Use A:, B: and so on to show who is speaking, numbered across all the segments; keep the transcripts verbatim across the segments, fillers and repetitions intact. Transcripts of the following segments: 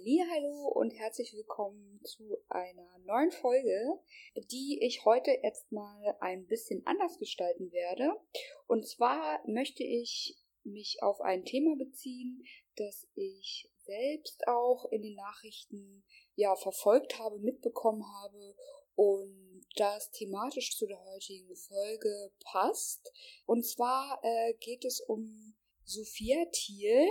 A: Hallihallo und herzlich willkommen zu einer neuen Folge, die ich heute erstmal ein bisschen anders gestalten werde. Und zwar möchte ich mich auf ein Thema beziehen, das ich selbst auch in den Nachrichten ja verfolgt habe, mitbekommen habe und das thematisch zu der heutigen Folge passt. Und zwar äh, geht es um Sophia Thiel,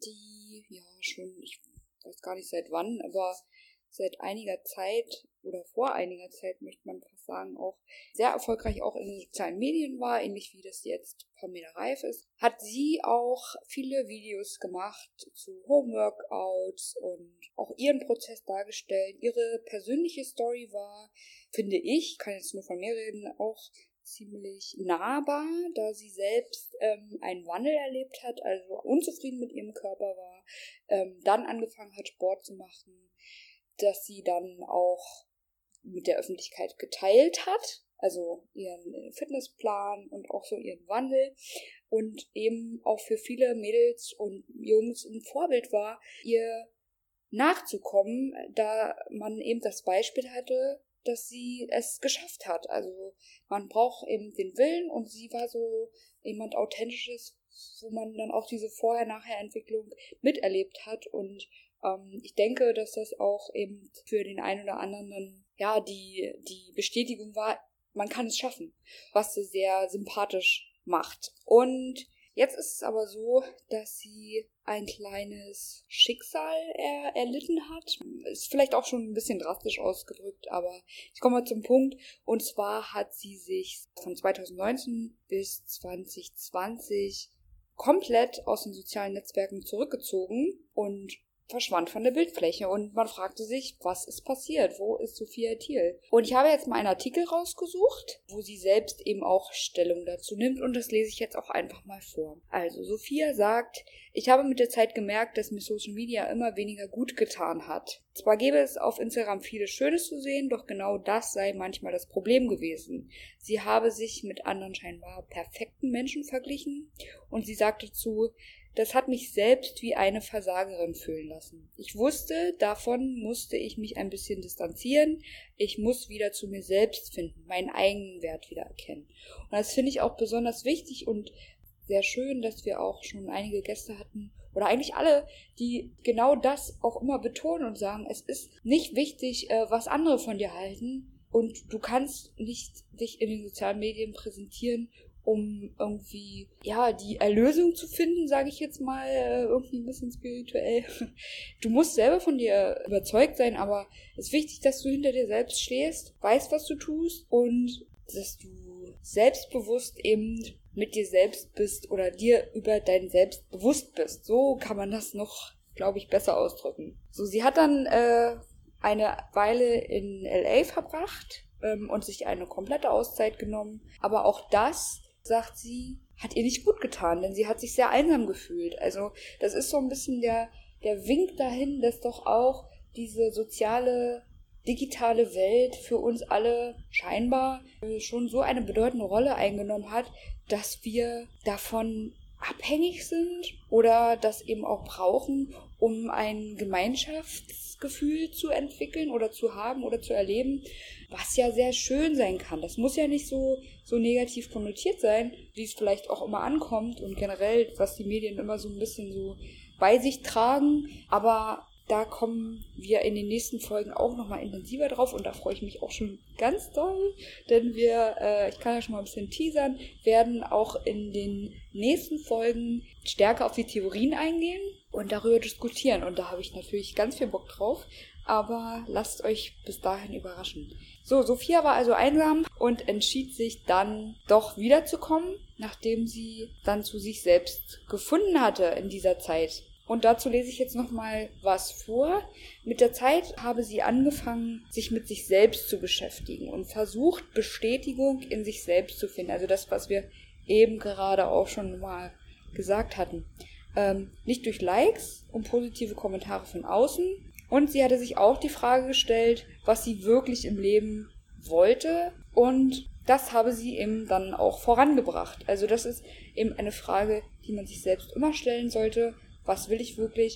A: die ja schon, ich weiß gar nicht seit wann, aber seit einiger Zeit oder vor einiger Zeit, möchte man fast sagen, auch sehr erfolgreich auch in den sozialen Medien war, ähnlich wie das jetzt Pamela Reif ist, hat sie auch viele Videos gemacht zu Homeworkouts und auch ihren Prozess dargestellt. Ihre persönliche Story war, finde ich, kann jetzt nur von mir reden, auch ziemlich nahbar, da sie selbst ähm, einen Wandel erlebt hat, also unzufrieden mit ihrem Körper war, ähm, dann angefangen hat, Sport zu machen, dass sie dann auch mit der Öffentlichkeit geteilt hat, also ihren Fitnessplan und auch so ihren Wandel und eben auch für viele Mädels und Jungs ein Vorbild war, ihr nachzukommen, da man eben das Beispiel hatte, dass sie es geschafft hat. Also man braucht eben den Willen und sie war so jemand Authentisches, wo man dann auch diese Vorher-Nachher-Entwicklung miterlebt hat und ähm, ich denke, dass das auch eben für den einen oder anderen dann, ja, die, die Bestätigung war, man kann es schaffen, was sie sehr sympathisch macht. Und jetzt ist es aber so, dass sie ein kleines Schicksal er, erlitten hat. Ist vielleicht auch schon ein bisschen drastisch ausgedrückt, aber ich komme mal zum Punkt. Und zwar hat sie sich von zwanzig neunzehn bis zwanzig zwanzig komplett aus den sozialen Netzwerken zurückgezogen und verschwand von der Bildfläche und man fragte sich, was ist passiert? Wo ist Sophia Thiel? Und ich habe jetzt mal einen Artikel rausgesucht, wo sie selbst eben auch Stellung dazu nimmt und das lese ich jetzt auch einfach mal vor. Also Sophia sagt, ich habe mit der Zeit gemerkt, dass mir Social Media immer weniger gut getan hat. Zwar gäbe es auf Instagram vieles Schönes zu sehen, doch genau das sei manchmal das Problem gewesen. Sie habe sich mit anderen scheinbar perfekten Menschen verglichen und sie sagt dazu, das hat mich selbst wie eine Versagerin fühlen lassen. Ich wusste, davon musste ich mich ein bisschen distanzieren. Ich muss wieder zu mir selbst finden, meinen eigenen Wert wieder erkennen. Und das finde ich auch besonders wichtig und sehr schön, dass wir auch schon einige Gäste hatten, oder eigentlich alle, die genau das auch immer betonen und sagen, es ist nicht wichtig, was andere von dir halten und du kannst nicht dich in den sozialen Medien präsentieren, um irgendwie, ja, die Erlösung zu finden, sage ich jetzt mal, irgendwie ein bisschen spirituell. Du musst selber von dir überzeugt sein, aber es ist wichtig, dass du hinter dir selbst stehst, weißt, was du tust und dass du selbstbewusst eben mit dir selbst bist oder dir über dein Selbst bewusst bist. So kann man das noch, glaube ich, besser ausdrücken. So, sie hat dann äh, eine Weile in L A verbracht ähm, und sich eine komplette Auszeit genommen, aber auch das, sagt sie, hat ihr nicht gut getan, denn sie hat sich sehr einsam gefühlt. Also das ist so ein bisschen der, der Wink dahin, dass doch auch diese soziale, digitale Welt für uns alle scheinbar schon so eine bedeutende Rolle eingenommen hat, dass wir davon abhängig sind oder das eben auch brauchen, um ein Gemeinschaftsgefühl zu entwickeln oder zu haben oder zu erleben, was ja sehr schön sein kann. Das muss ja nicht so, so negativ konnotiert sein, wie es vielleicht auch immer ankommt und generell, was die Medien immer so ein bisschen so bei sich tragen, aber da kommen wir in den nächsten Folgen auch nochmal intensiver drauf und da freue ich mich auch schon ganz doll, denn wir, äh, ich kann ja schon mal ein bisschen teasern, werden auch in den nächsten Folgen stärker auf die Theorien eingehen und darüber diskutieren und da habe ich natürlich ganz viel Bock drauf, aber lasst euch bis dahin überraschen. So, Sophia war also einsam und entschied sich dann doch wiederzukommen, nachdem sie dann zu sich selbst gefunden hatte in dieser Zeit. Und dazu lese ich jetzt nochmal was vor. Mit der Zeit habe sie angefangen, sich mit sich selbst zu beschäftigen und versucht, Bestätigung in sich selbst zu finden. Also das, was wir eben gerade auch schon mal gesagt hatten. Ähm, nicht durch Likes und positive Kommentare von außen. Und sie hatte sich auch die Frage gestellt, was sie wirklich im Leben wollte. Und das habe sie eben dann auch vorangebracht. Also das ist eben eine Frage, die man sich selbst immer stellen sollte. Was will ich wirklich?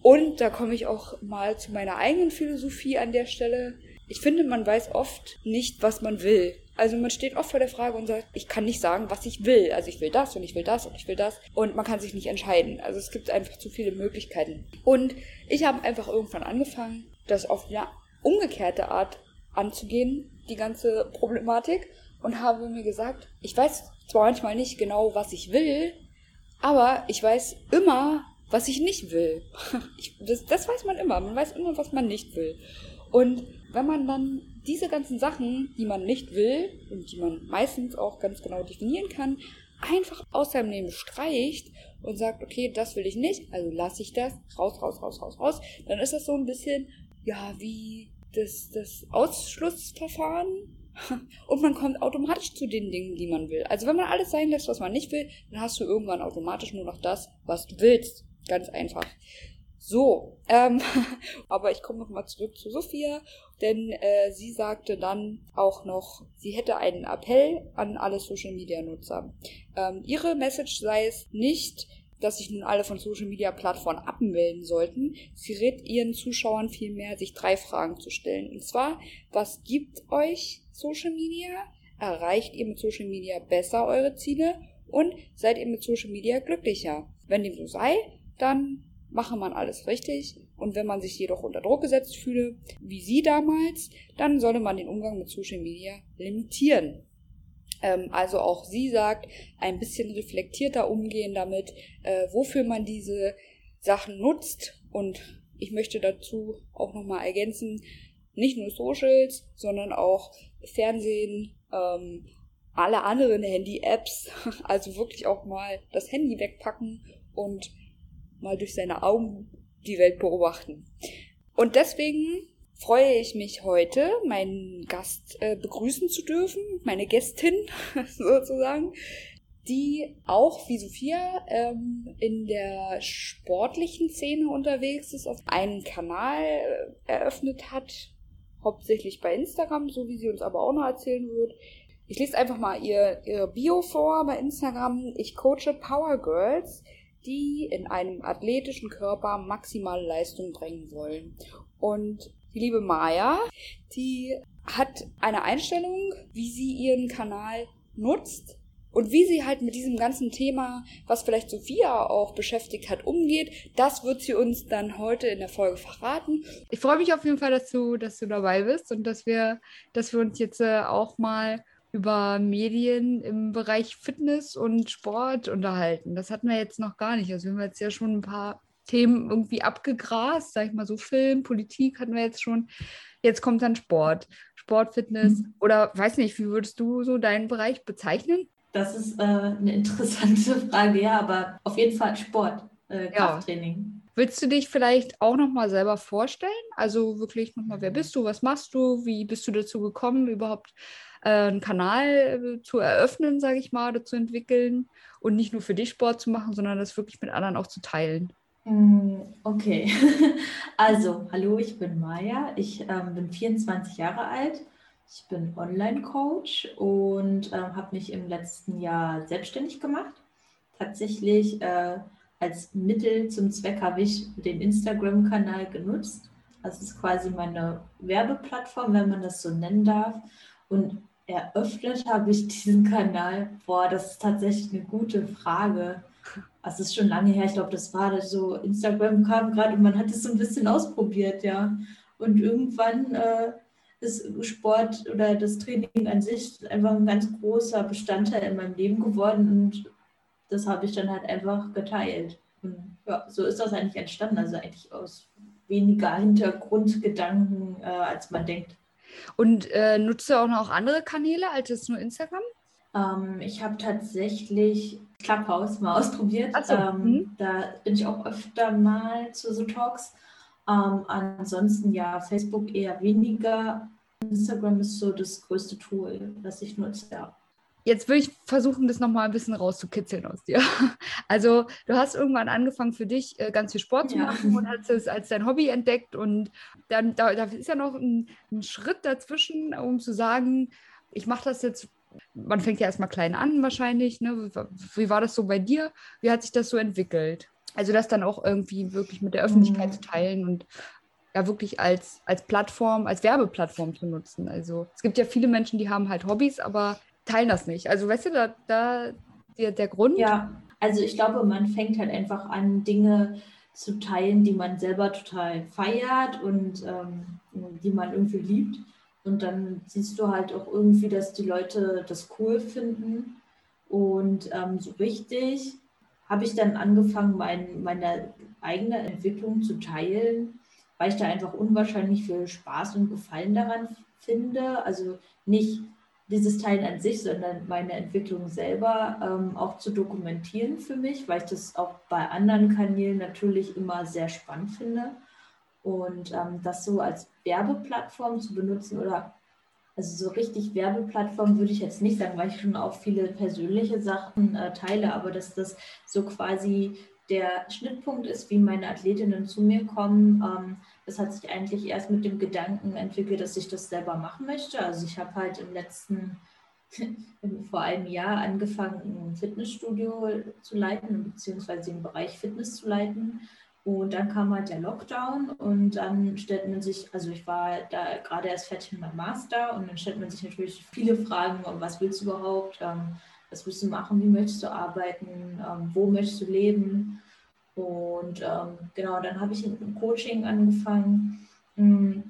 A: Und da komme ich auch mal zu meiner eigenen Philosophie an der Stelle. Ich finde, man weiß oft nicht, was man will. Also man steht oft vor der Frage und sagt, ich kann nicht sagen, was ich will. Also ich will das und ich will das und ich will das. Und man kann sich nicht entscheiden. Also es gibt einfach zu viele Möglichkeiten. Und ich habe einfach irgendwann angefangen, das auf eine umgekehrte Art anzugehen, die ganze Problematik. Und habe mir gesagt, ich weiß zwar manchmal nicht genau, was ich will, aber ich weiß immer, was ich nicht will. Ich, das, das weiß man immer. Man weiß immer, was man nicht will. Und wenn man dann diese ganzen Sachen, die man nicht will und die man meistens auch ganz genau definieren kann, einfach aus seinem Leben streicht und sagt, okay, das will ich nicht, also lasse ich das, raus, raus, raus, raus, raus, dann ist das so ein bisschen, ja, wie das, das Ausschlussverfahren und man kommt automatisch zu den Dingen, die man will. Also wenn man alles sein lässt, was man nicht will, dann hast du irgendwann automatisch nur noch das, was du willst. Ganz einfach. So, ähm, aber ich komme nochmal zurück zu Sophia, denn äh, sie sagte dann auch noch, sie hätte einen Appell an alle Social-Media-Nutzer. Ähm, ihre Message sei es nicht, dass sich nun alle von Social-Media-Plattformen abmelden sollten. Sie rät ihren Zuschauern vielmehr, sich drei Fragen zu stellen. Und zwar, was gibt euch Social Media? Erreicht ihr mit Social Media besser eure Ziele? Und seid ihr mit Social Media glücklicher? Wenn dem so sei, dann mache man alles richtig. Und wenn man sich jedoch unter Druck gesetzt fühle, wie sie damals, dann solle man den Umgang mit Social Media limitieren. Ähm, also auch sie sagt, ein bisschen reflektierter umgehen damit, äh, wofür man diese Sachen nutzt. Und ich möchte dazu auch nochmal ergänzen, nicht nur Socials, sondern auch Fernsehen, ähm, alle anderen Handy-Apps, also wirklich auch mal das Handy wegpacken und mal durch seine Augen die Welt beobachten. Und deswegen freue ich mich heute, meinen Gast äh, begrüßen zu dürfen, meine Gästin sozusagen, die auch wie Sophia ähm, in der sportlichen Szene unterwegs ist, auf einen Kanal äh, eröffnet hat, hauptsächlich bei Instagram, so wie sie uns aber auch noch erzählen wird. Ich lese einfach mal ihr, ihre Bio vor bei Instagram. Ich coache Power Girls, die in einem athletischen Körper maximale Leistung bringen wollen. Und die liebe Maya, die hat eine Einstellung, wie sie ihren Kanal nutzt und wie sie halt mit diesem ganzen Thema, was vielleicht Sophia auch beschäftigt hat, umgeht. Das wird sie uns dann heute in der Folge verraten. Ich freue mich auf jeden Fall, dass du, dass du dabei bist und dass wir, dass wir uns jetzt äh, auch mal über Medien im Bereich Fitness und Sport unterhalten. Das hatten wir jetzt noch gar nicht. Also wir haben jetzt ja schon ein paar Themen irgendwie abgegrast, sag ich mal so, Film, Politik hatten wir jetzt schon. Jetzt kommt dann Sport, Sport, Fitness mhm. oder weiß nicht, wie würdest du so deinen Bereich bezeichnen?
B: Das ist äh, eine interessante Frage, ja, aber auf jeden Fall Sport, äh, Krafttraining.
A: Ja. Willst du dich vielleicht auch nochmal selber vorstellen? Also wirklich nochmal, wer bist du, was machst du, wie bist du dazu gekommen, überhaupt äh, einen Kanal äh, zu eröffnen, sage ich mal, oder zu entwickeln und nicht nur für dich Sport zu machen, sondern das wirklich mit anderen auch zu teilen?
B: Okay, also hallo, ich bin Maya, ich ähm, bin vierundzwanzig Jahre alt, ich bin Online-Coach und äh, habe mich im letzten Jahr selbstständig gemacht. Tatsächlich äh, als Mittel zum Zweck habe ich den Instagram-Kanal genutzt. Das ist quasi meine Werbeplattform, wenn man das so nennen darf. Und eröffnet habe ich diesen Kanal, boah, das ist tatsächlich eine gute Frage. Das ist schon lange her, ich glaube, das war das so, Instagram kam gerade und man hat es so ein bisschen ausprobiert, ja. Und irgendwann äh, ist Sport oder das Training an sich einfach ein ganz großer Bestandteil in meinem Leben geworden und das habe ich dann halt einfach geteilt. Und ja, so ist das eigentlich entstanden, also eigentlich aus weniger Hintergrundgedanken, äh, als man denkt.
A: Und äh, nutzt du auch noch andere Kanäle als jetzt nur Instagram?
B: Ähm, ich habe tatsächlich Clubhouse mal ausprobiert.
A: Ach so.
B: Ähm,
A: mhm.
B: Da bin ich auch öfter mal zu so Talks. Ähm, ansonsten ja, Facebook eher weniger. Instagram ist so das größte Tool, das ich nutze, ja.
A: Jetzt will ich versuchen, das nochmal ein bisschen rauszukitzeln aus dir. Also du hast irgendwann angefangen für dich ganz viel Sport zu machen ja. und hast es als dein Hobby entdeckt und dann da, da ist ja noch ein, ein Schritt dazwischen, um zu sagen, ich mache das jetzt, man fängt ja erstmal klein an wahrscheinlich, ne? Wie war das so bei dir? Wie hat sich das so entwickelt? Also das dann auch irgendwie wirklich mit der Öffentlichkeit zu
B: Mhm.
A: teilen und ja wirklich als, als Plattform, als Werbeplattform zu nutzen. Also es gibt ja viele Menschen, die haben halt Hobbys, aber teilen das nicht. Also weißt du, da, da der, der Grund.
B: Ja, also ich glaube, man fängt halt einfach an, Dinge zu teilen, die man selber total feiert und ähm, die man irgendwie liebt. Und dann siehst du halt auch irgendwie, dass die Leute das cool finden. Und ähm, so richtig habe ich dann angefangen, mein, meine eigene Entwicklung zu teilen, weil ich da einfach unwahrscheinlich viel Spaß und Gefallen daran finde. Also nicht dieses Teilen an sich, sondern meine Entwicklung selber ähm, auch zu dokumentieren für mich, weil ich das auch bei anderen Kanälen natürlich immer sehr spannend finde. Und ähm, das so als Werbeplattform zu benutzen oder also so richtig Werbeplattform würde ich jetzt nicht sagen, weil ich schon auch viele persönliche Sachen äh, teile, aber dass das so quasi der Schnittpunkt ist, wie meine Athletinnen zu mir kommen, ähm, das hat sich eigentlich erst mit dem Gedanken entwickelt, dass ich das selber machen möchte. Also ich habe halt im letzten, vor einem Jahr angefangen, ein Fitnessstudio zu leiten, beziehungsweise den Bereich Fitness zu leiten. Und dann kam halt der Lockdown und dann stellt man sich, also ich war da gerade erst fertig mit meinem Master und dann stellt man sich natürlich viele Fragen, was willst du überhaupt, ähm, was willst du machen, wie möchtest du arbeiten, ähm, wo möchtest du leben? Und ähm, genau, dann habe ich mit einem Coaching angefangen, mh,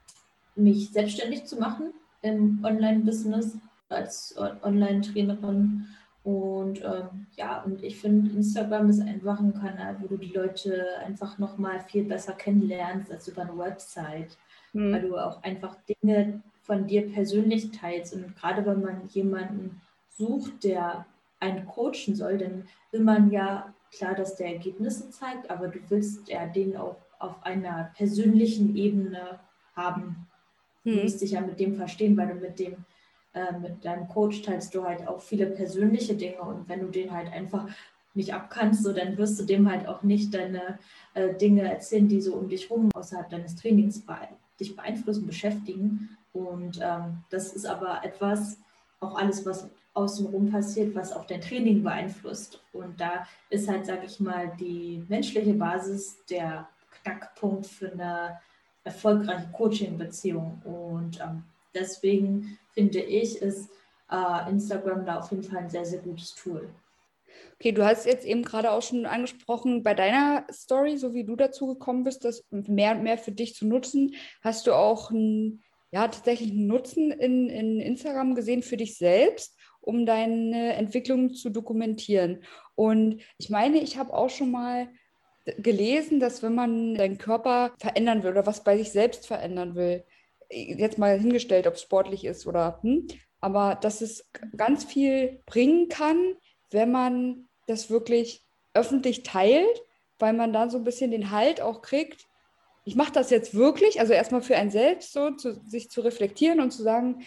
B: mich selbstständig zu machen im Online-Business als Online-Trainerin. Und ähm, ja, und ich finde, Instagram ist einfach ein Kanal, wo du die Leute einfach nochmal viel besser kennenlernst als über eine Website, weil
A: Hm.
B: du auch einfach Dinge von dir persönlich teilst. Und gerade wenn man jemanden sucht, der einen coachen soll, dann will man ja klar, dass der Ergebnisse zeigt, aber du willst ja den auch auf einer persönlichen Ebene haben. Du
A: Hm.
B: musst dich ja mit dem verstehen, weil du mit dem, äh, mit deinem Coach teilst du halt auch viele persönliche Dinge und wenn du den halt einfach nicht abkannst, so dann wirst du dem halt auch nicht deine äh, Dinge erzählen, die so um dich rum außerhalb deines Trainings be dich beeinflussen, beschäftigen. Und ähm, das ist aber etwas, auch alles, was außenrum passiert, was auch dein Training beeinflusst. Und da ist halt, sage ich mal, die menschliche Basis der Knackpunkt für eine erfolgreiche Coaching-Beziehung. Und ähm, deswegen finde ich, ist äh, Instagram da auf jeden Fall ein sehr, sehr gutes Tool.
A: Okay, du hast jetzt eben gerade auch schon angesprochen, bei deiner Story, so wie du dazu gekommen bist, das mehr und mehr für dich zu nutzen, hast du auch einen, ja, tatsächlich einen Nutzen in, in Instagram gesehen für dich selbst, um deine Entwicklung zu dokumentieren. Und ich meine, ich habe auch schon mal gelesen, dass wenn man seinen Körper verändern will oder was bei sich selbst verändern will, jetzt mal hingestellt, ob es sportlich ist oder, hm, aber dass es ganz viel bringen kann, wenn man das wirklich öffentlich teilt, weil man dann so ein bisschen den Halt auch kriegt. Ich mache das jetzt wirklich, also erstmal für einen selbst so, zu, sich zu reflektieren und zu sagen,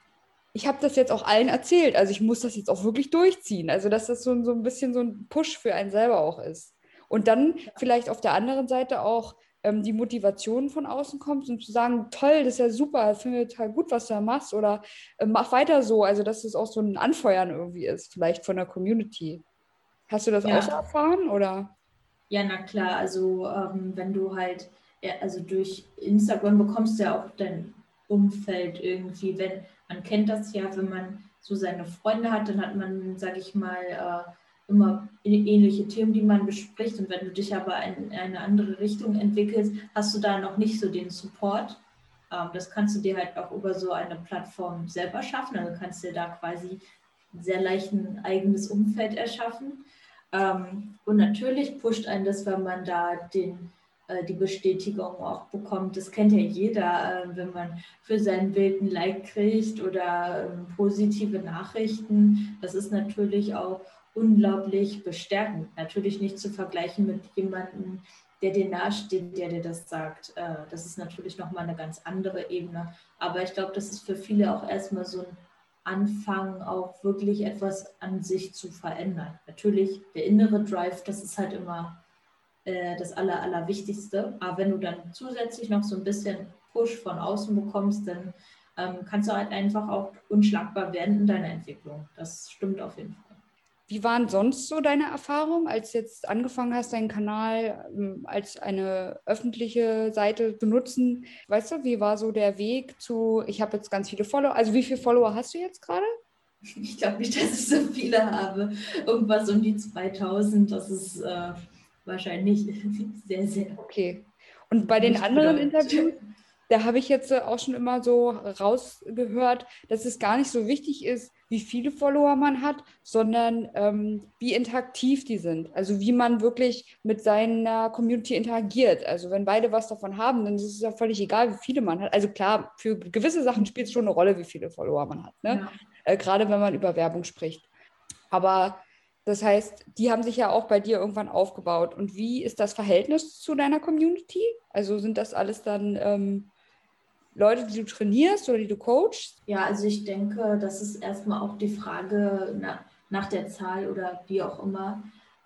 A: ich habe das jetzt auch allen erzählt, also ich muss das jetzt auch wirklich durchziehen. Also dass das so, so ein bisschen so ein Push für einen selber auch ist. Und dann vielleicht auf der anderen Seite auch ähm, die Motivation von außen kommt und zu sagen, toll, das ist ja super, ich finde total gut, was du da machst oder äh, mach weiter so. Also dass es auch so ein Anfeuern irgendwie ist, vielleicht von der Community. Hast du das auch so
B: Ja,
A: erfahren oder?
B: ja, na klar. Also ähm, wenn du halt, ja, also durch Instagram bekommst du ja auch dein Umfeld irgendwie. Wenn man kennt das ja, wenn man so seine Freunde hat, dann hat man, sage ich mal, äh, immer ähnliche Themen, die man bespricht. Und wenn du dich aber in eine andere Richtung entwickelst, hast du da noch nicht so den Support. Ähm, das kannst du dir halt auch über so eine Plattform selber schaffen. Also kannst du dir da quasi sehr leicht ein eigenes Umfeld erschaffen. Ähm, und natürlich pusht einen das, wenn man da den, äh, die Bestätigung auch bekommt. Das kennt ja jeder, äh, wenn man für sein Bild ein Like kriegt oder ähm, positive Nachrichten. Das ist natürlich auch unglaublich bestärkend. Natürlich nicht zu vergleichen mit jemandem, der dir nahesteht, der dir das sagt. Äh, das ist natürlich nochmal eine ganz andere Ebene. Aber ich glaube, das ist für viele auch erstmal so ein anfangen, auch wirklich etwas an sich zu verändern. Natürlich, der innere Drive, das ist halt immer äh, das Aller, Allerwichtigste. Aber wenn du dann zusätzlich noch so ein bisschen Push von außen bekommst, dann ähm, kannst du halt einfach auch unschlagbar werden in deiner Entwicklung. Das stimmt auf jeden Fall.
A: Wie waren sonst so deine Erfahrungen, als du jetzt angefangen hast, deinen Kanal ähm, als eine öffentliche Seite benutzen? Weißt du, wie war so der Weg zu, ich habe jetzt ganz viele Follower, also wie viele Follower hast du jetzt gerade?
B: Ich glaube nicht, dass ich so viele habe. Irgendwas um die zweitausend, das ist äh, wahrscheinlich sehr, sehr
A: Okay. Und bei den
B: nicht
A: anderen
B: bedeutend.
A: Interviews, da habe ich jetzt äh, auch schon immer so rausgehört, dass es gar nicht so wichtig ist, wie viele Follower man hat, sondern ähm, wie interaktiv die sind. Also wie man wirklich mit seiner Community interagiert. Also wenn beide was davon haben, dann ist es ja völlig egal, wie viele man hat. Also klar, für gewisse Sachen spielt es schon eine Rolle, wie viele Follower man hat. Ne?
B: Ja.
A: Äh, gerade wenn man über Werbung spricht. Aber das heißt, die haben sich ja auch bei dir irgendwann aufgebaut. Und wie ist das Verhältnis zu deiner Community? Also sind das alles dann ähm, Leute, die du trainierst oder die du coachst?
B: Ja, also ich denke, das ist erstmal auch die Frage na, nach der Zahl oder wie auch immer,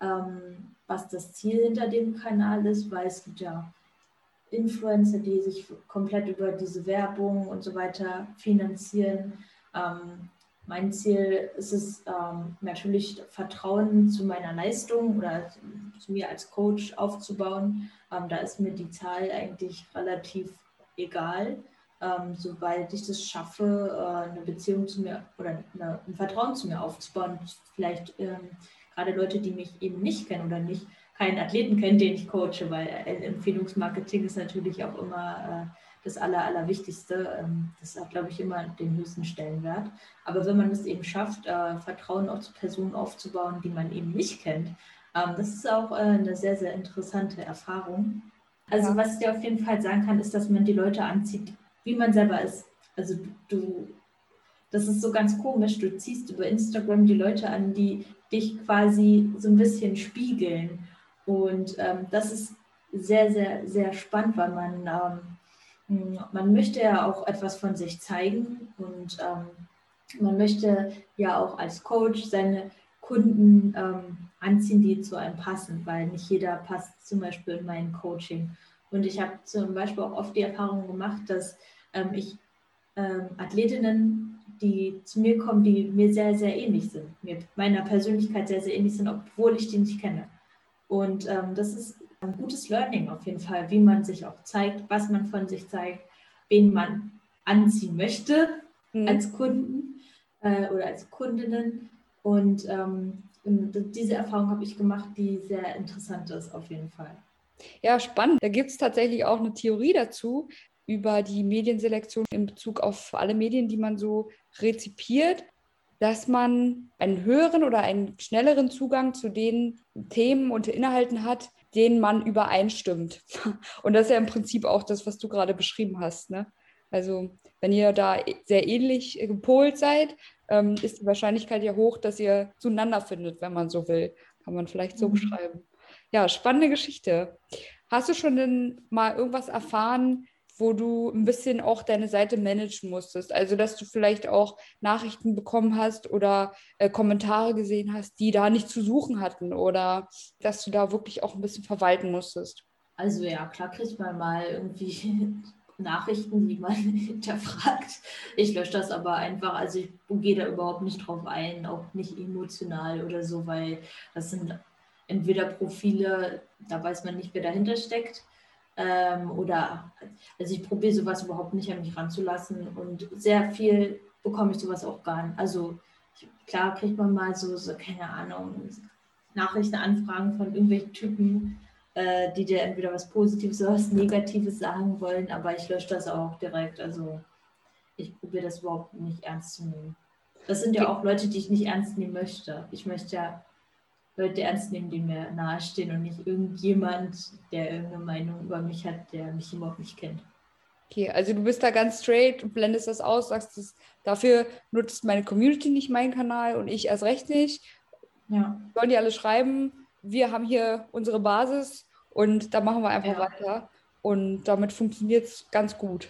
B: ähm, was das Ziel hinter dem Kanal ist, weil es gibt ja Influencer, die sich komplett über diese Werbung und so weiter finanzieren. Ähm, mein Ziel ist es ähm, natürlich, Vertrauen zu meiner Leistung oder zu mir als Coach aufzubauen. Ähm, da ist mir die Zahl eigentlich relativ egal. Ähm, sobald ich das schaffe, äh, eine Beziehung zu mir oder eine, ein Vertrauen zu mir aufzubauen, vielleicht ähm, gerade Leute, die mich eben nicht kennen oder nicht keinen Athleten kennen, den ich coache, weil Empfehlungsmarketing ist natürlich auch immer äh, das Aller, Allerwichtigste. Ähm, das hat, glaube ich, immer den höchsten Stellenwert. Aber wenn man es eben schafft, äh, Vertrauen auch zu Personen aufzubauen, die man eben nicht kennt, ähm, das ist auch äh, eine sehr, sehr interessante Erfahrung. Also
A: Ja.
B: was ich dir auf jeden Fall sagen kann, ist, dass man die Leute anzieht, wie man selber ist. Also du, das ist so ganz komisch, du ziehst über Instagram die Leute an, die dich quasi so ein bisschen spiegeln. Und ähm, das ist sehr, sehr, sehr spannend, weil man, ähm, man möchte ja auch etwas von sich zeigen und ähm, man möchte ja auch als Coach seine Kunden ähm, anziehen, die zu einem passen, weil nicht jeder passt zum Beispiel in mein Coaching. Und ich habe zum Beispiel auch oft die Erfahrung gemacht, dass ähm, ich ähm, Athletinnen, die zu mir kommen, die mir sehr, sehr ähnlich sind, mir meiner Persönlichkeit sehr, sehr ähnlich sind, obwohl ich die nicht kenne. Und ähm, das ist ein gutes Learning auf jeden Fall, wie man sich auch zeigt, was man von sich zeigt, wen man anziehen möchte
A: Mhm.
B: als Kunden äh, oder als Kundinnen. Und ähm, diese Erfahrung habe ich gemacht, die sehr interessant ist auf jeden Fall.
A: Ja, spannend. Da gibt es tatsächlich auch eine Theorie dazu über die Medienselektion in Bezug auf alle Medien, die man so rezipiert, dass man einen höheren oder einen schnelleren Zugang zu den Themen und Inhalten hat, denen man übereinstimmt. Und das ist ja im Prinzip auch das, was du gerade beschrieben hast, ne? Also wenn ihr da sehr ähnlich gepolt seid, ähm, ist die Wahrscheinlichkeit ja hoch, dass ihr zueinander findet, wenn man so will. Kann man vielleicht so
B: Mhm.
A: beschreiben. Ja, spannende Geschichte. Hast du schon denn mal irgendwas erfahren, wo du ein bisschen auch deine Seite managen musstest? Also, dass du vielleicht auch Nachrichten bekommen hast oder äh, Kommentare gesehen hast, die da nicht zu suchen hatten oder dass du da wirklich auch ein bisschen verwalten musstest?
B: Also ja, klar kriegt man mal irgendwie Nachrichten, die man hinterfragt. Ich lösche das aber einfach, also ich gehe da überhaupt nicht drauf ein, auch nicht emotional oder so, weil das sind entweder Profile, da weiß man nicht, wer dahinter steckt, ähm, oder, also ich probiere sowas überhaupt nicht an mich ranzulassen und sehr viel bekomme ich sowas auch gar nicht. Also ich, klar kriegt man mal so, so, keine Ahnung, Nachrichten, Anfragen von irgendwelchen Typen, äh, die dir entweder was Positives oder was Negatives sagen wollen, aber ich lösche das auch direkt. Also ich probiere das überhaupt nicht ernst zu nehmen. Das sind ja auch Leute, die ich nicht ernst nehmen möchte. Ich möchte ja Leute ernst nehmen, die mir nahestehen und nicht irgendjemand, der irgendeine Meinung über mich hat, der mich überhaupt nicht kennt.
A: Okay, also du bist da ganz straight und blendest das aus, sagst, das, dafür nutzt meine Community nicht meinen Kanal und ich erst recht nicht.
B: Ja.
A: Sollen die alle schreiben, wir haben hier unsere Basis und da machen wir einfach
B: Ja.
A: weiter. Und damit funktioniert es ganz gut.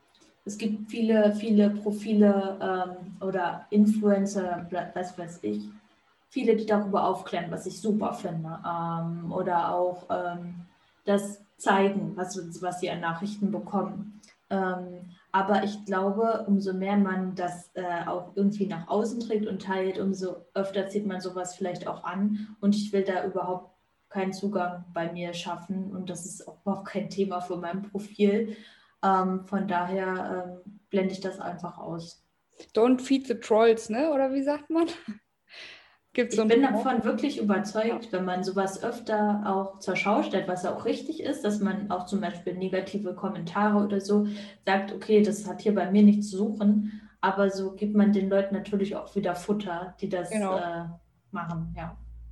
B: Es gibt viele, viele Profile ähm, oder Influencer, was weiß ich, viele, die darüber aufklären, was ich super finde. Ähm, oder auch ähm, das zeigen, was, was sie an Nachrichten bekommen. Ähm, Aber ich glaube, umso mehr man das äh, auch irgendwie nach außen trägt und teilt, umso öfter zieht man sowas vielleicht auch an. Und ich will da überhaupt keinen Zugang bei mir schaffen. Und das ist auch überhaupt kein Thema für mein Profil. Ähm, von daher ähm, blende ich das einfach aus.
A: Don't feed the trolls, ne? Oder wie sagt man? Gibt's so
B: Ich
A: ein
B: bin
A: Spruch?
B: davon wirklich
A: Ja.
B: überzeugt, wenn man sowas öfter auch zur Schau stellt, was auch richtig ist, dass man auch zum Beispiel negative Kommentare oder so sagt, okay, das hat hier bei mir nichts zu suchen, aber so gibt man den Leuten natürlich auch wieder Futter, die das
A: Genau.
B: äh, machen, ja.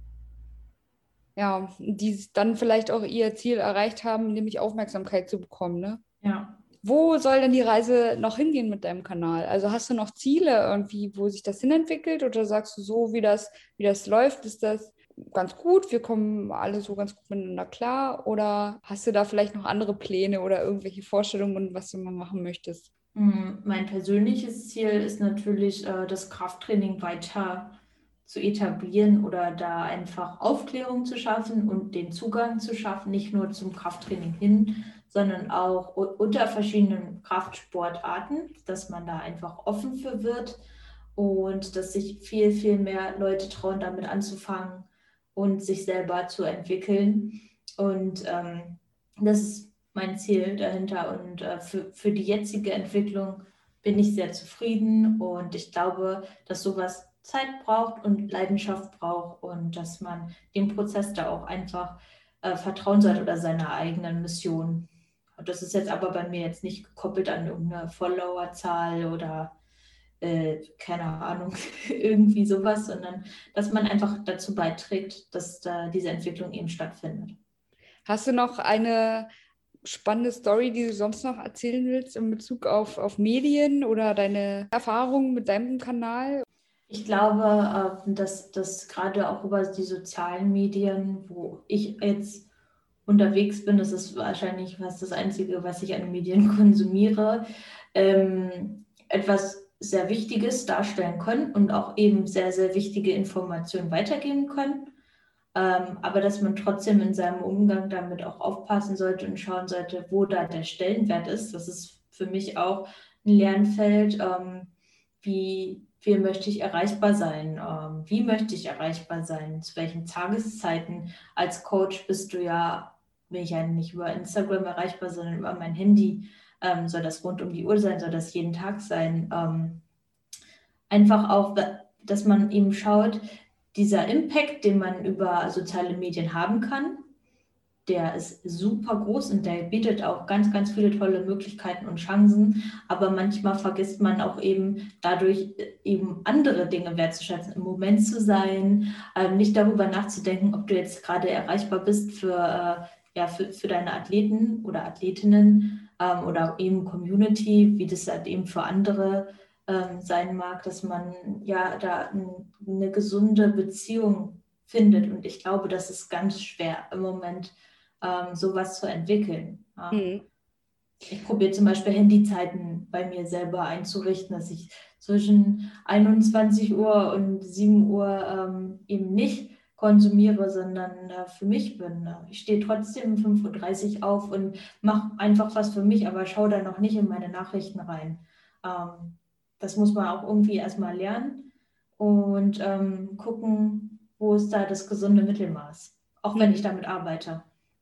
A: Ja, die dann vielleicht auch ihr Ziel erreicht haben, nämlich Aufmerksamkeit zu bekommen, ne?
B: Ja.
A: Wo soll denn die Reise noch hingehen mit deinem Kanal? Also hast du noch Ziele irgendwie, wo sich das hinentwickelt, oder sagst du, so wie das, wie das läuft, ist das ganz gut, wir kommen alle so ganz gut miteinander klar, oder hast du da vielleicht noch andere Pläne oder irgendwelche Vorstellungen, was du mal machen möchtest?
B: Mm, Mein persönliches Ziel ist natürlich, äh, das Krafttraining weiter zu etablieren oder da einfach Aufklärung zu schaffen und den Zugang zu schaffen, nicht nur zum Krafttraining hin, sondern auch u- unter verschiedenen Kraftsportarten, dass man da einfach offen für wird und dass sich viel, viel mehr Leute trauen, damit anzufangen und sich selber zu entwickeln. Und ähm, das ist mein Ziel dahinter. Und äh, für, für die jetzige Entwicklung bin ich sehr zufrieden und ich glaube, dass sowas Zeit braucht und Leidenschaft braucht und dass man dem Prozess da auch einfach äh, vertrauen sollte oder seiner eigenen Mission. Und das ist jetzt aber bei mir jetzt nicht gekoppelt an irgendeine Followerzahl oder äh, keine Ahnung, irgendwie sowas, sondern dass man einfach dazu beiträgt, dass da diese Entwicklung eben stattfindet.
A: Hast du noch eine spannende Story, die du sonst noch erzählen willst in Bezug auf, auf Medien oder deine Erfahrungen mit deinem Kanal?
B: Ich glaube, äh, dass das gerade auch über die sozialen Medien, wo ich jetzt unterwegs bin, das ist wahrscheinlich fast das Einzige, was ich an Medien konsumiere, ähm, etwas sehr Wichtiges darstellen können und auch eben sehr, sehr wichtige Informationen weitergeben können. Ähm, aber dass man trotzdem in seinem Umgang damit auch aufpassen sollte und schauen sollte, wo da der Stellenwert ist. Das ist für mich auch ein Lernfeld. Ähm, wie viel möchte ich erreichbar sein? Ähm, wie möchte ich erreichbar sein? Zu welchen Tageszeiten? Als Coach bist du ja, bin ich ja nicht über Instagram erreichbar, sondern über mein Handy. Ähm, soll das rund um die Uhr sein? Soll das jeden Tag sein? Ähm, einfach auch, dass man eben schaut, dieser Impact, den man über soziale Medien haben kann, der ist super groß und der bietet auch ganz, ganz viele tolle Möglichkeiten und Chancen. Aber manchmal vergisst man auch eben dadurch eben andere Dinge wertzuschätzen, im Moment zu sein, ähm, nicht darüber nachzudenken, ob du jetzt gerade erreichbar bist für, äh, ja, für, für deine Athleten oder Athletinnen ähm, oder eben Community, wie das halt eben für andere ähm, sein mag, dass man ja da ein, eine gesunde Beziehung findet. Und ich glaube, das ist ganz schwer im Moment, ähm, sowas zu entwickeln. Ja.
A: Mhm.
B: Ich probiere zum Beispiel Handyzeiten bei mir selber einzurichten, dass ich zwischen einundzwanzig Uhr und sieben Uhr ähm, eben nicht konsumiere, sondern äh, für mich bin. Ich stehe trotzdem um fünf Uhr dreißig auf und mache einfach was für mich, aber schaue da noch nicht in meine Nachrichten rein. Ähm, das muss man auch irgendwie erstmal lernen und ähm, gucken, wo ist da das gesunde Mittelmaß, auch wenn ich
A: Mhm.
B: damit arbeite.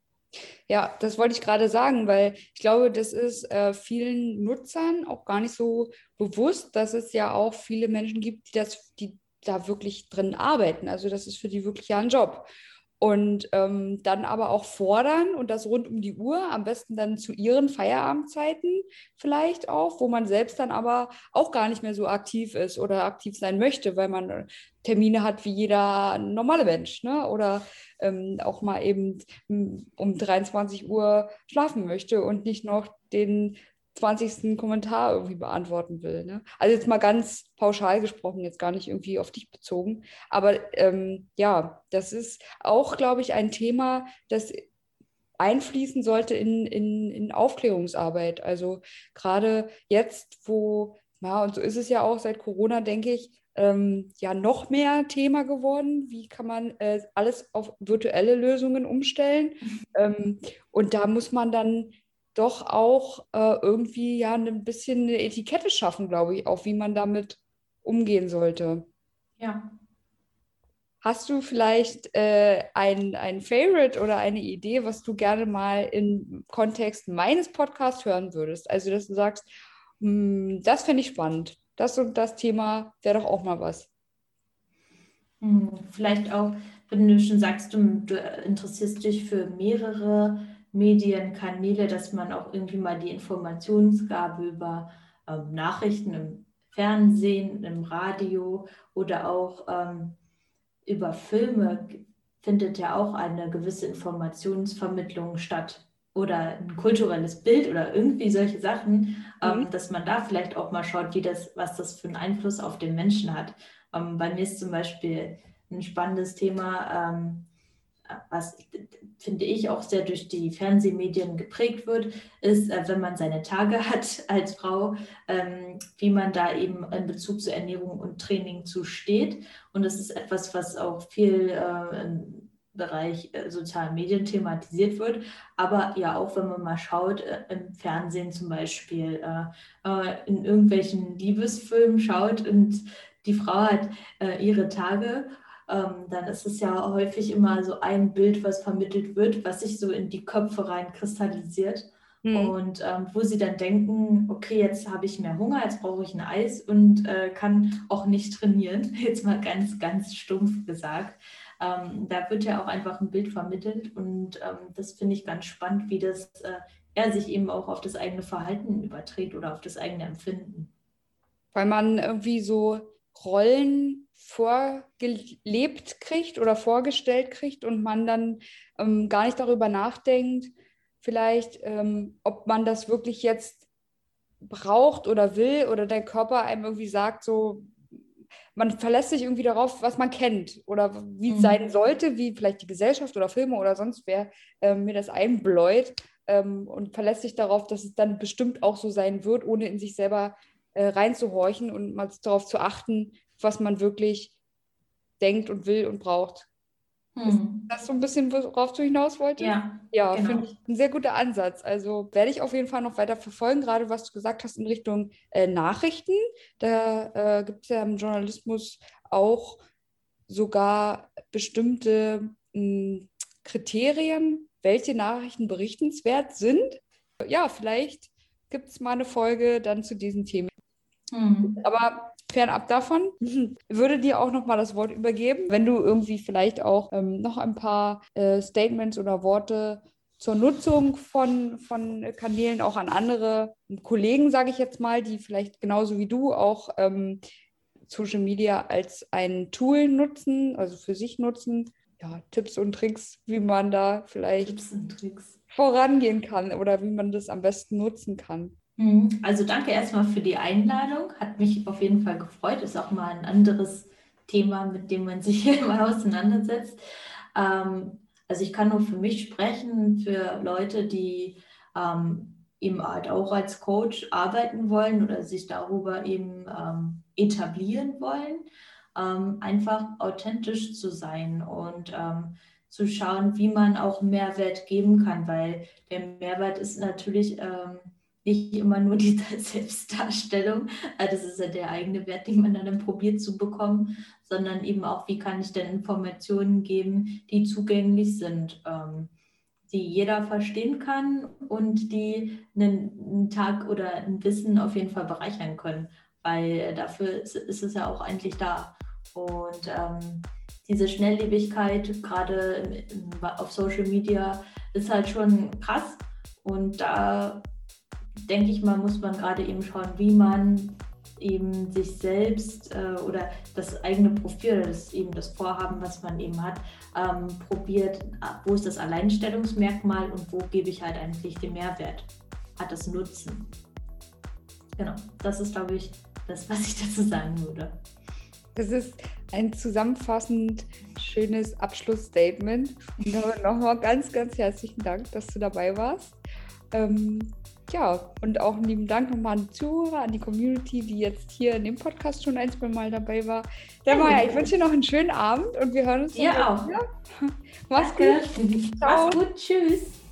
A: Ja, das wollte ich gerade sagen, weil ich glaube, das ist äh, vielen Nutzern auch gar nicht so bewusst, dass es ja auch viele Menschen gibt, die das, die da wirklich drin arbeiten. Also das ist für die wirklich ja ein Job. Und ähm, dann aber auch fordern und das rund um die Uhr, am besten dann zu ihren Feierabendzeiten vielleicht auch, wo man selbst dann aber auch gar nicht mehr so aktiv ist oder aktiv sein möchte, weil man äh, Termine hat wie jeder normale Mensch, ne? Oder ähm, auch mal eben m, um dreiundzwanzig Uhr schlafen möchte und nicht noch den zwanzigsten Kommentar irgendwie beantworten will. Ne? Also jetzt mal ganz pauschal gesprochen, jetzt gar nicht irgendwie auf dich bezogen. Aber ähm, ja, das ist auch, glaube ich, ein Thema, das einfließen sollte in, in, in Aufklärungsarbeit. Also gerade jetzt, wo, ja, und so ist es ja auch seit Corona, denke ich, ähm, ja noch mehr Thema geworden. Wie kann man äh, alles auf virtuelle Lösungen umstellen? Ähm, und da muss man dann doch auch äh, irgendwie ja ein bisschen eine Etikette schaffen, glaube ich, auch wie man damit umgehen sollte.
B: Ja.
A: Hast du vielleicht äh, ein, ein Favorite oder eine Idee, was du gerne mal im Kontext meines Podcasts hören würdest? Also, dass du sagst, "Hm, das fände ich spannend. Das und das Thema wäre doch auch mal was."
B: Hm, vielleicht auch, wenn du schon sagst, du, du interessierst dich für mehrere Medienkanäle, dass man auch irgendwie mal die Informationsgabe über ähm, Nachrichten im Fernsehen, im Radio oder auch ähm, über Filme findet ja auch eine gewisse Informationsvermittlung statt oder ein kulturelles Bild oder irgendwie solche Sachen, ähm,
A: Mhm.
B: dass man da vielleicht auch mal schaut, wie das, was das für einen Einfluss auf den Menschen hat. Ähm, bei mir ist zum Beispiel ein spannendes Thema, ähm, was finde ich auch sehr durch die Fernsehmedien geprägt wird, ist, äh, wenn man seine Tage hat als Frau, ähm, wie man da eben in Bezug zur Ernährung und Training zu steht. Und das ist etwas, was auch viel äh, im Bereich äh, sozialen Medien thematisiert wird, aber ja auch, wenn man mal schaut, äh, im Fernsehen zum Beispiel, äh, äh, in irgendwelchen Liebesfilmen schaut und die Frau hat äh, ihre Tage, ähm, dann ist es ja häufig immer so ein Bild, was vermittelt wird, was sich so in die Köpfe rein kristallisiert.
A: Mhm.
B: Und ähm, wo sie dann denken, okay, jetzt habe ich mehr Hunger, jetzt brauche ich ein Eis und äh, kann auch nicht trainieren, jetzt mal ganz, ganz stumpf gesagt. Ähm, da wird ja auch einfach ein Bild vermittelt und ähm, das finde ich ganz spannend, wie das äh, ja, sich eben auch auf das eigene Verhalten überträgt oder auf das eigene Empfinden.
A: Weil man irgendwie so Rollen vorgelebt kriegt oder vorgestellt kriegt und man dann ähm, gar nicht darüber nachdenkt, vielleicht, ähm, ob man das wirklich jetzt braucht oder will oder der Körper einem irgendwie sagt, so, man verlässt sich irgendwie darauf, was man kennt oder wie es sein
B: Mhm.
A: sollte, wie vielleicht die Gesellschaft oder Filme oder sonst wer ähm, mir das einbläut ähm, und verlässt sich darauf, dass es dann bestimmt auch so sein wird, ohne in sich selber äh, reinzuhorchen und mal darauf zu achten, was man wirklich denkt und will und braucht. Ist
B: Mhm.
A: das so ein bisschen, worauf du hinaus wolltest?
B: Ja,
A: Ja, finde
B: genau.
A: ich ein sehr guter Ansatz. Also werde ich auf jeden Fall noch weiter verfolgen, gerade was du gesagt hast in Richtung äh, Nachrichten. Da äh, gibt es ja im Journalismus auch sogar bestimmte mh, Kriterien, welche Nachrichten berichtenswert sind. Ja, vielleicht gibt es mal eine Folge dann zu diesen Themen.
B: Mhm.
A: Aber fernab davon würde dir auch noch mal das Wort übergeben, wenn du irgendwie vielleicht auch ähm, noch ein paar äh, Statements oder Worte zur Nutzung von, von Kanälen auch an andere Kollegen, sage ich jetzt mal, die vielleicht genauso wie du auch ähm, Social Media als ein Tool nutzen, also für sich nutzen. Ja, Tipps und Tricks, wie man da vielleicht
B: Tipps und Tricks.
A: vorangehen kann oder wie man das am besten nutzen kann.
B: Mhm. Also danke erstmal für die Einladung. Hat mich auf jeden Fall gefreut. Ist auch mal ein anderes Thema, mit dem man sich mal auseinandersetzt. Ähm, also ich kann nur für mich sprechen, für Leute, die ähm, eben halt auch als Coach arbeiten wollen oder sich darüber eben ähm, etablieren wollen, ähm, einfach authentisch zu sein und ähm, zu schauen, wie man auch Mehrwert geben kann, weil der Mehrwert ist natürlich ähm, nicht immer nur die Selbstdarstellung, das ist ja der eigene Wert, den man dann probiert zu bekommen, sondern eben auch, wie kann ich denn Informationen geben, die zugänglich sind, ähm, die jeder verstehen kann und die einen, einen Tag oder ein Wissen auf jeden Fall bereichern können, weil dafür ist, ist es ja auch eigentlich da. Und ähm, diese Schnelllebigkeit, gerade auf Social Media, ist halt schon krass. Und da denke ich mal, muss man gerade eben schauen, wie man eben sich selbst äh, oder das eigene Profil, das eben das Vorhaben, was man eben hat, ähm, probiert, wo ist das Alleinstellungsmerkmal und wo gebe ich halt eigentlich den Mehrwert, hat das Nutzen. Genau, das ist, glaube ich, das, was ich dazu sagen würde.
A: Das ist ein zusammenfassend schönes Abschlussstatement. Und damit nochmal ganz, ganz herzlichen Dank, dass du dabei warst. Ähm, ja, und auch einen lieben Dank nochmal an die Zuhörer, an die Community, die jetzt hier in dem Podcast schon ein, zwei Mal dabei war. Ja, Maja, ich wünsche dir noch einen schönen Abend und wir hören uns dann
B: Dir auch.
A: wieder. Mach's
B: Danke.
A: gut.
B: Mach's gut. Tschüss.